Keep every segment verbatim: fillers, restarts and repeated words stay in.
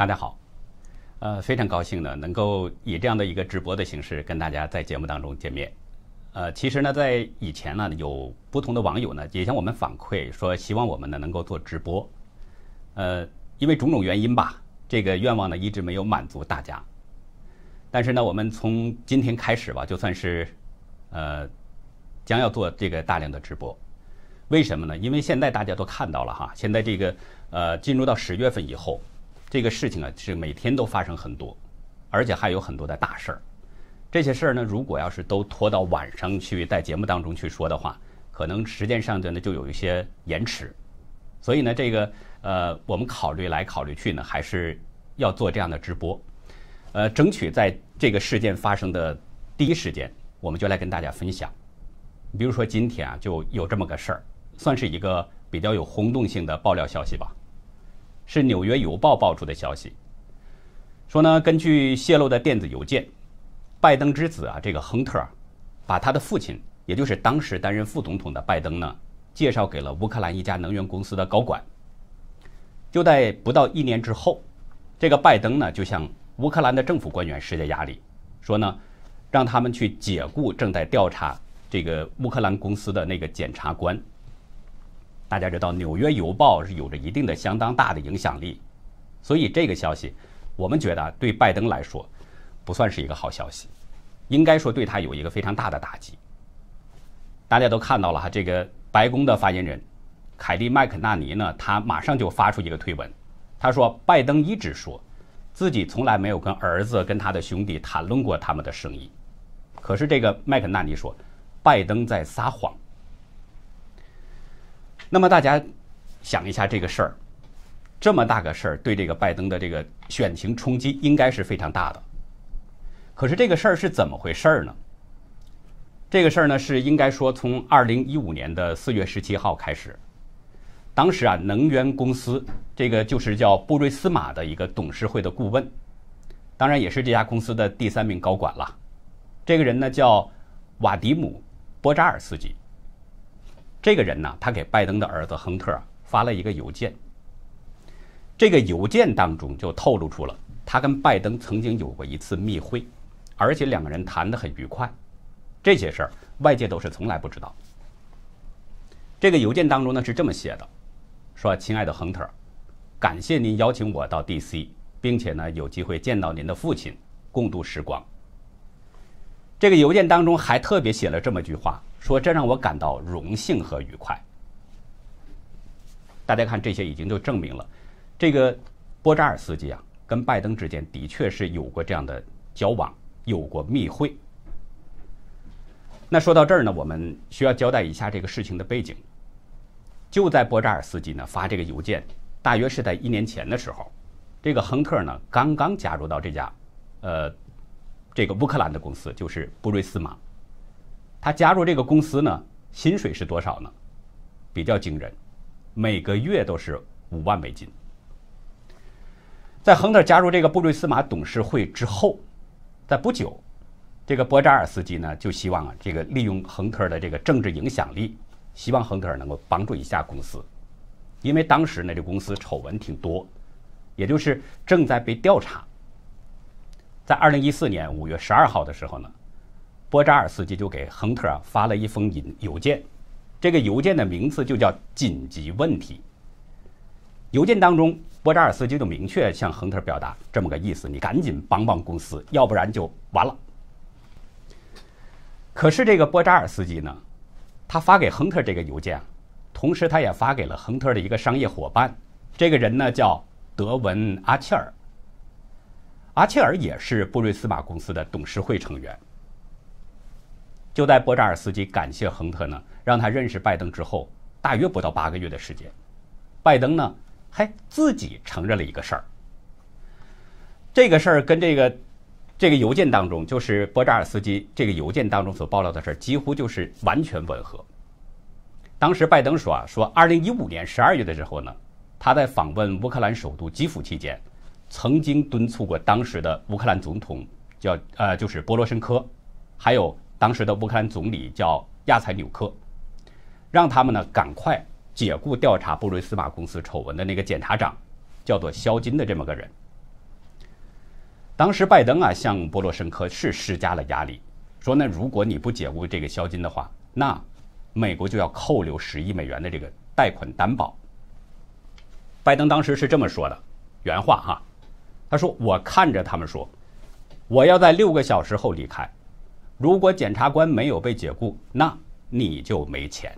大家好，呃，非常高兴呢，能够以这样的一个直播的形式跟大家在节目当中见面。呃，其实呢，在以前呢，有不同的网友呢也向我们反馈说，希望我们呢能够做直播。呃，因为种种原因吧，这个愿望呢一直没有满足大家。但是呢，我们从今天开始吧，就算是呃将要做这个大量的直播。为什么呢？因为现在大家都看到了哈，现在这个呃进入到十月份以后，这个事情啊是每天都发生很多，而且还有很多的大事儿。这些事儿呢，如果要是都拖到晚上去在节目当中去说的话，可能时间上的呢就有一些延迟。所以呢，这个呃我们考虑来考虑去呢，还是要做这样的直播，呃，争取在这个事件发生的第一时间，我们就来跟大家分享。比如说今天啊，就有这么个事儿，算是一个比较有轰动性的爆料消息吧，是《纽约邮报》爆出的消息，说呢，根据泄露的电子邮件，拜登之子啊，这个亨特，把他的父亲，也就是当时担任副总统的拜登呢，介绍给了乌克兰一家能源公司的高管。就在不到一年之后，这个拜登呢，就向乌克兰的政府官员施加压力，说呢，让他们去解雇正在调查这个乌克兰公司的那个检察官。大家知道，《纽约邮报》是有着一定的相当大的影响力，所以这个消息，我们觉得对拜登来说不算是一个好消息，应该说对他有一个非常大的打击。大家都看到了哈，这个白宫的发言人凯利麦肯纳尼呢，他马上就发出一个推文，他说拜登一直说自己从来没有跟儿子跟他的兄弟谈论过他们的生意，可是这个麦肯纳尼说拜登在撒谎。那么大家想一下这个事儿，这么大个事儿对这个拜登的这个选情冲击应该是非常大的。可是这个事儿是怎么回事呢？这个事儿呢是应该说从二零一五年的四月十七号开始，当时啊能源公司这个就是叫布瑞斯马的一个董事会的顾问，当然也是这家公司的第三名高管了。这个人呢叫瓦迪姆·波扎尔斯基。这个人呢，他给拜登的儿子亨特发了一个邮件，这个邮件当中就透露出了他跟拜登曾经有过一次密会，而且两个人谈得很愉快。这些事儿外界都是从来不知道。这个邮件当中呢是这么写的，说：“亲爱的亨特，感谢您邀请我到 D C， 并且呢有机会见到您的父亲，共度时光。”这个邮件当中还特别写了这么句话，说这让我感到荣幸和愉快。大家看，这些已经就证明了，这个波扎尔斯基啊，跟拜登之间的确是有过这样的交往，有过密会。那说到这儿呢，我们需要交代一下这个事情的背景。就在波扎尔斯基呢发这个邮件，大约是在一年前的时候，这个亨特呢刚刚加入到这家，呃。这个乌克兰的公司就是布瑞斯马，他加入这个公司呢，薪水是多少呢？比较惊人，每个月都是五万美金。在亨特加入这个布瑞斯马董事会之后，在不久，这个波扎尔斯基呢就希望啊，这个利用亨特的这个政治影响力，希望亨特能够帮助一下公司，因为当时呢这公司丑闻挺多，也就是正在被调查。在二零一四年五月十二号的时候呢，波扎尔斯基就给亨特啊发了一封邮件，这个邮件的名字就叫紧急问题。邮件当中，波扎尔斯基就明确向亨特表达这么个意思：你赶紧帮帮公司，要不然就完了。可是这个波扎尔斯基呢，他发给亨特这个邮件，同时他也发给了亨特的一个商业伙伴，这个人呢叫德文·阿切尔。阿切尔也是布瑞斯马公司的董事会成员。就在波扎尔斯基感谢亨特呢，让他认识拜登之后，大约不到八个月的时间，拜登呢还自己承认了一个事儿。这个事儿跟这个这个邮件当中，就是波扎尔斯基这个邮件当中所爆料的事儿，几乎就是完全吻合。当时拜登说啊，说二零一五年十二月的时候呢，他在访问乌克兰首都基辅期间，曾经敦促过当时的乌克兰总统叫呃就是波罗申科，还有当时的乌克兰总理叫亚采纽科，让他们呢赶快解雇调查布瑞斯马公司丑闻的那个检察长，叫做肖金的这么个人。 当时拜登啊向波罗申科是施加了压力，说呢，如果你不解雇这个肖金的话，那美国就要扣留十亿美元的这个贷款担保。拜登当时是这么说的，原话哈，他说：“我看着他们说，我要在六个小时后离开。如果检察官没有被解雇，那你就没钱。”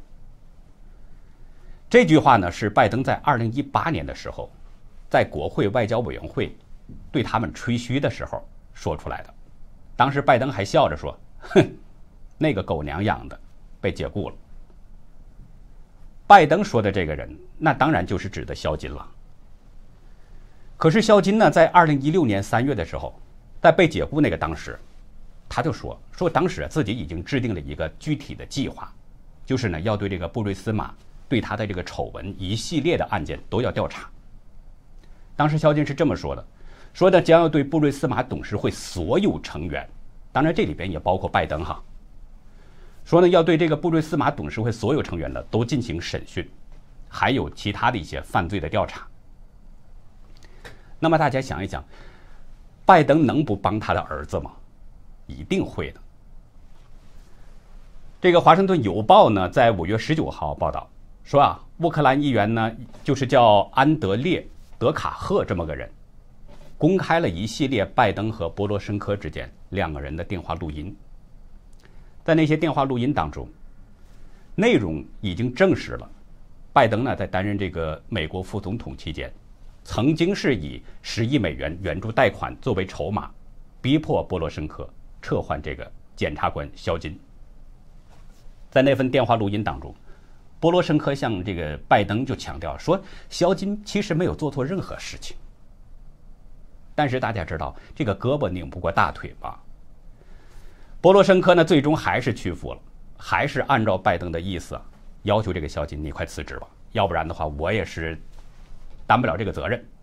这句话呢，是拜登在二零一八年的时候，在国会外交委员会对他们吹嘘的时候说出来的。当时拜登还笑着说：“哼，那个狗娘养的被解雇了。”拜登说的这个人，那当然就是指的肖金了。可是肖金呢，在二零一六年三月的时候，在被解雇那个当时，他就说说当时自己已经制定了一个具体的计划，就是呢要对这个布瑞斯马对他的这个丑闻一系列的案件都要调查。当时肖金是这么说的，说呢将要对布瑞斯马董事会所有成员，当然这里边也包括拜登哈，说呢要对这个布瑞斯马董事会所有成员呢都进行审讯，还有其他的一些犯罪的调查。那么大家想一想，拜登能不帮他的儿子吗？一定会的。这个华盛顿邮报呢，在五月十九号报道说啊，乌克兰议员呢，就是叫安德烈德卡赫这么个人，公开了一系列拜登和波罗申科之间两个人的电话录音。在那些电话录音当中，内容已经证实了，拜登呢在担任这个美国副总统期间，曾经是以十亿美元援助贷款作为筹码，逼迫波罗申科撤换这个检察官肖金。在那份电话录音当中，波罗申科向这个拜登就强调说，肖金其实没有做错任何事情。但是大家知道，这个胳膊拧不过大腿吧？波罗申科呢，最终还是屈服了，还是按照拜登的意思，要求这个肖金你快辞职吧，要不然的话，我也是担不了这个责任。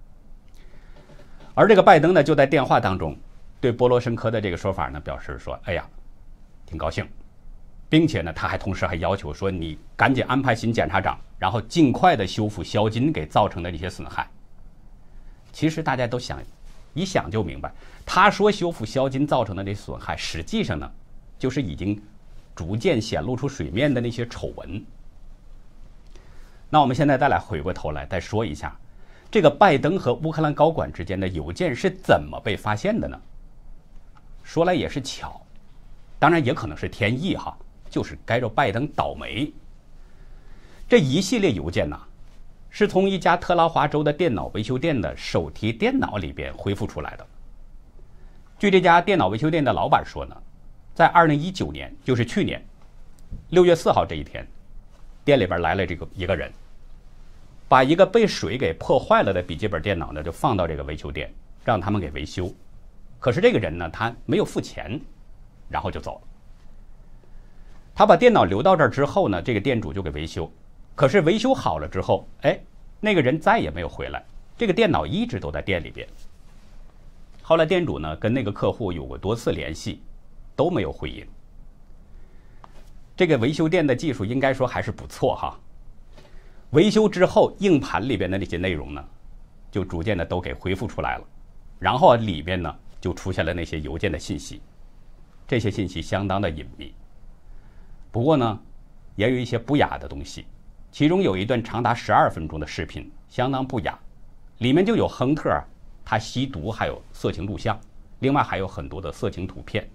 而这个拜登呢，就在电话当中对波罗申科的这个说法呢，表示说，哎呀，挺高兴，并且呢，他还同时还要求说，你赶紧安排新检察长，然后尽快的修复肖金给造成的这些损害。其实大家都想一想就明白，他说修复肖金造成的这些损害，实际上呢，就是已经逐渐显露出水面的那些丑闻。那我们现在再来回过头来再说一下，这个拜登和乌克兰高管之间的邮件是怎么被发现的呢？说来也是巧，当然也可能是天意哈，就是该着拜登倒霉。这一系列邮件呢，是从一家特拉华州的电脑维修店的手提电脑里边恢复出来的。据这家电脑维修店的老板说呢，在二零一九年，就是去年六月四号这一天，店里边来了这个一个人，把一个被水给破坏了的笔记本电脑呢，就放到这个维修店，让他们给维修。可是这个人呢，他没有付钱，然后就走了。他把电脑留到这儿之后呢，这个店主就给维修。可是维修好了之后，哎，那个人再也没有回来，这个电脑一直都在店里边。后来店主呢跟那个客户有过多次联系，都没有回应。这个维修店的技术应该说还是不错哈。维修之后，硬盘里边的那些内容呢，就逐渐的都给恢复出来了，然后里边呢就出现了那些邮件的信息，这些信息相当的隐秘。不过呢，也有一些不雅的东西。其中有一段长达十二分钟的视频，相当不雅，里面就有亨特他吸毒，还有色情录像，另外还有很多的色情图片。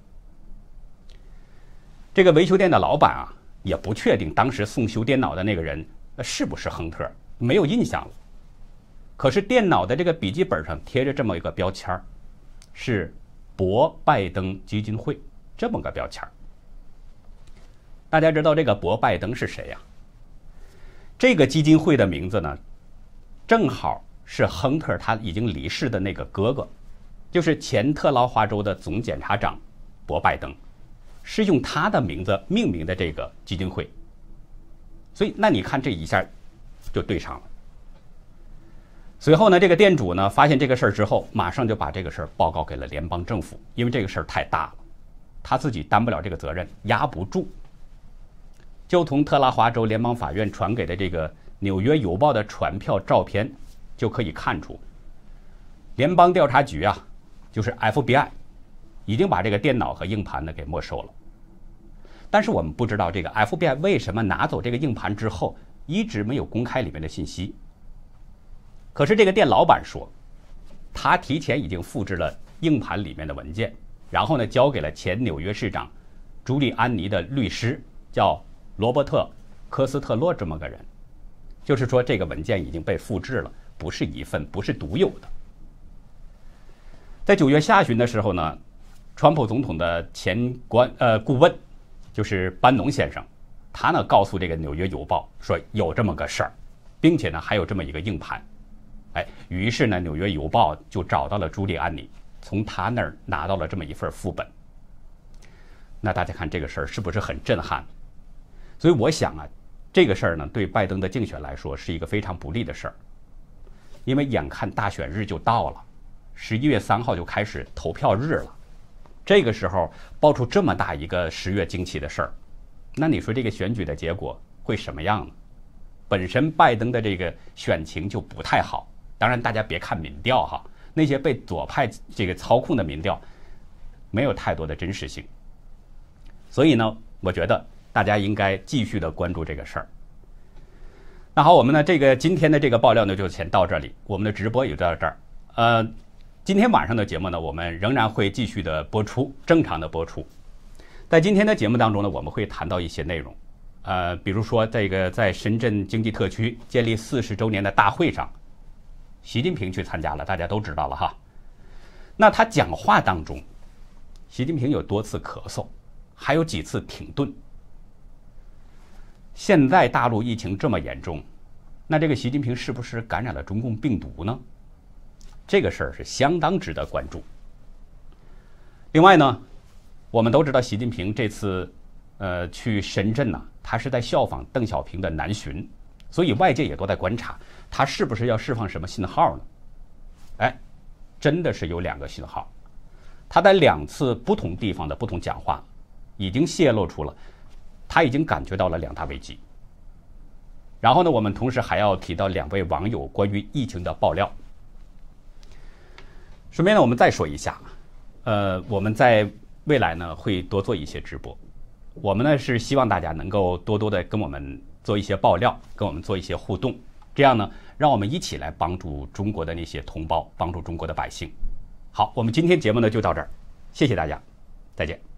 这个维修店的老板啊，也不确定当时送修电脑的那个人是不是亨特，没有印象了。可是电脑的这个笔记本上贴着这么一个标签，是博拜登基金会这么个标签。大家知道这个博拜登是谁呀？这个基金会的名字呢，正好是亨特他已经离世的那个哥哥，就是前特拉华州的总检察长博拜登，是用他的名字命名的这个基金会。所以那你看这一下就对上了。随后呢，这个店主呢发现这个事儿之后，马上就把这个事儿报告给了联邦政府，因为这个事儿太大了，他自己担不了这个责任，压不住。就从特拉华州联邦法院传给的这个纽约邮报的传票照片就可以看出，联邦调查局啊就是 F B I 已经把这个电脑和硬盘呢给没收了。但是我们不知道这个 F B I 为什么拿走这个硬盘之后一直没有公开里面的信息。可是这个店老板说，他提前已经复制了硬盘里面的文件，然后呢交给了前纽约市长朱利安尼的律师，叫罗伯特科斯特洛这么个人。就是说这个文件已经被复制了，不是一份，不是独有的。在九月下旬的时候呢，川普总统的前官呃顾问就是班农先生，他呢告诉这个《纽约邮报》说有这么个事儿，并且呢还有这么一个硬盘。哎，于是呢《纽约邮报》就找到了朱利安尼，从他那儿拿到了这么一份副本。那大家看这个事儿是不是很震撼？所以我想啊，这个事儿呢对拜登的竞选来说是一个非常不利的事儿，因为眼看大选日就到了，十一月三号就开始投票日了。这个时候爆出这么大一个十月惊奇的事儿，那你说这个选举的结果会什么样呢？本身拜登的这个选情就不太好，当然大家别看民调哈，那些被左派这个操控的民调没有太多的真实性。所以呢，我觉得大家应该继续的关注这个事儿。那好，我们呢这个今天的这个爆料呢就先到这里，我们的直播也就到这儿。呃，今天晚上的节目呢，我们仍然会继续的播出，正常的播出。在今天的节目当中呢，我们会谈到一些内容，呃，比如说这个在深圳经济特区建立四十周年的大会上，习近平去参加了，大家都知道了哈。那他讲话当中，习近平有多次咳嗽，还有几次停顿。现在大陆疫情这么严重，那这个习近平是不是感染了中共病毒呢？这个事儿是相当值得关注。另外呢，我们都知道习近平这次呃去深圳呢、啊，他是在效仿邓小平的南巡，所以外界也都在观察他是不是要释放什么信号呢？哎，真的是有两个信号，他在两次不同地方的不同讲话，已经泄露出了他已经感觉到了两大危机。然后呢，我们同时还要提到两位网友关于疫情的爆料。顺便呢，我们再说一下，呃，我们在未来呢会多做一些直播，我们呢是希望大家能够多多的跟我们做一些爆料，跟我们做一些互动，这样呢，让我们一起来帮助中国的那些同胞，帮助中国的百姓。好，我们今天节目呢就到这儿，谢谢大家，再见。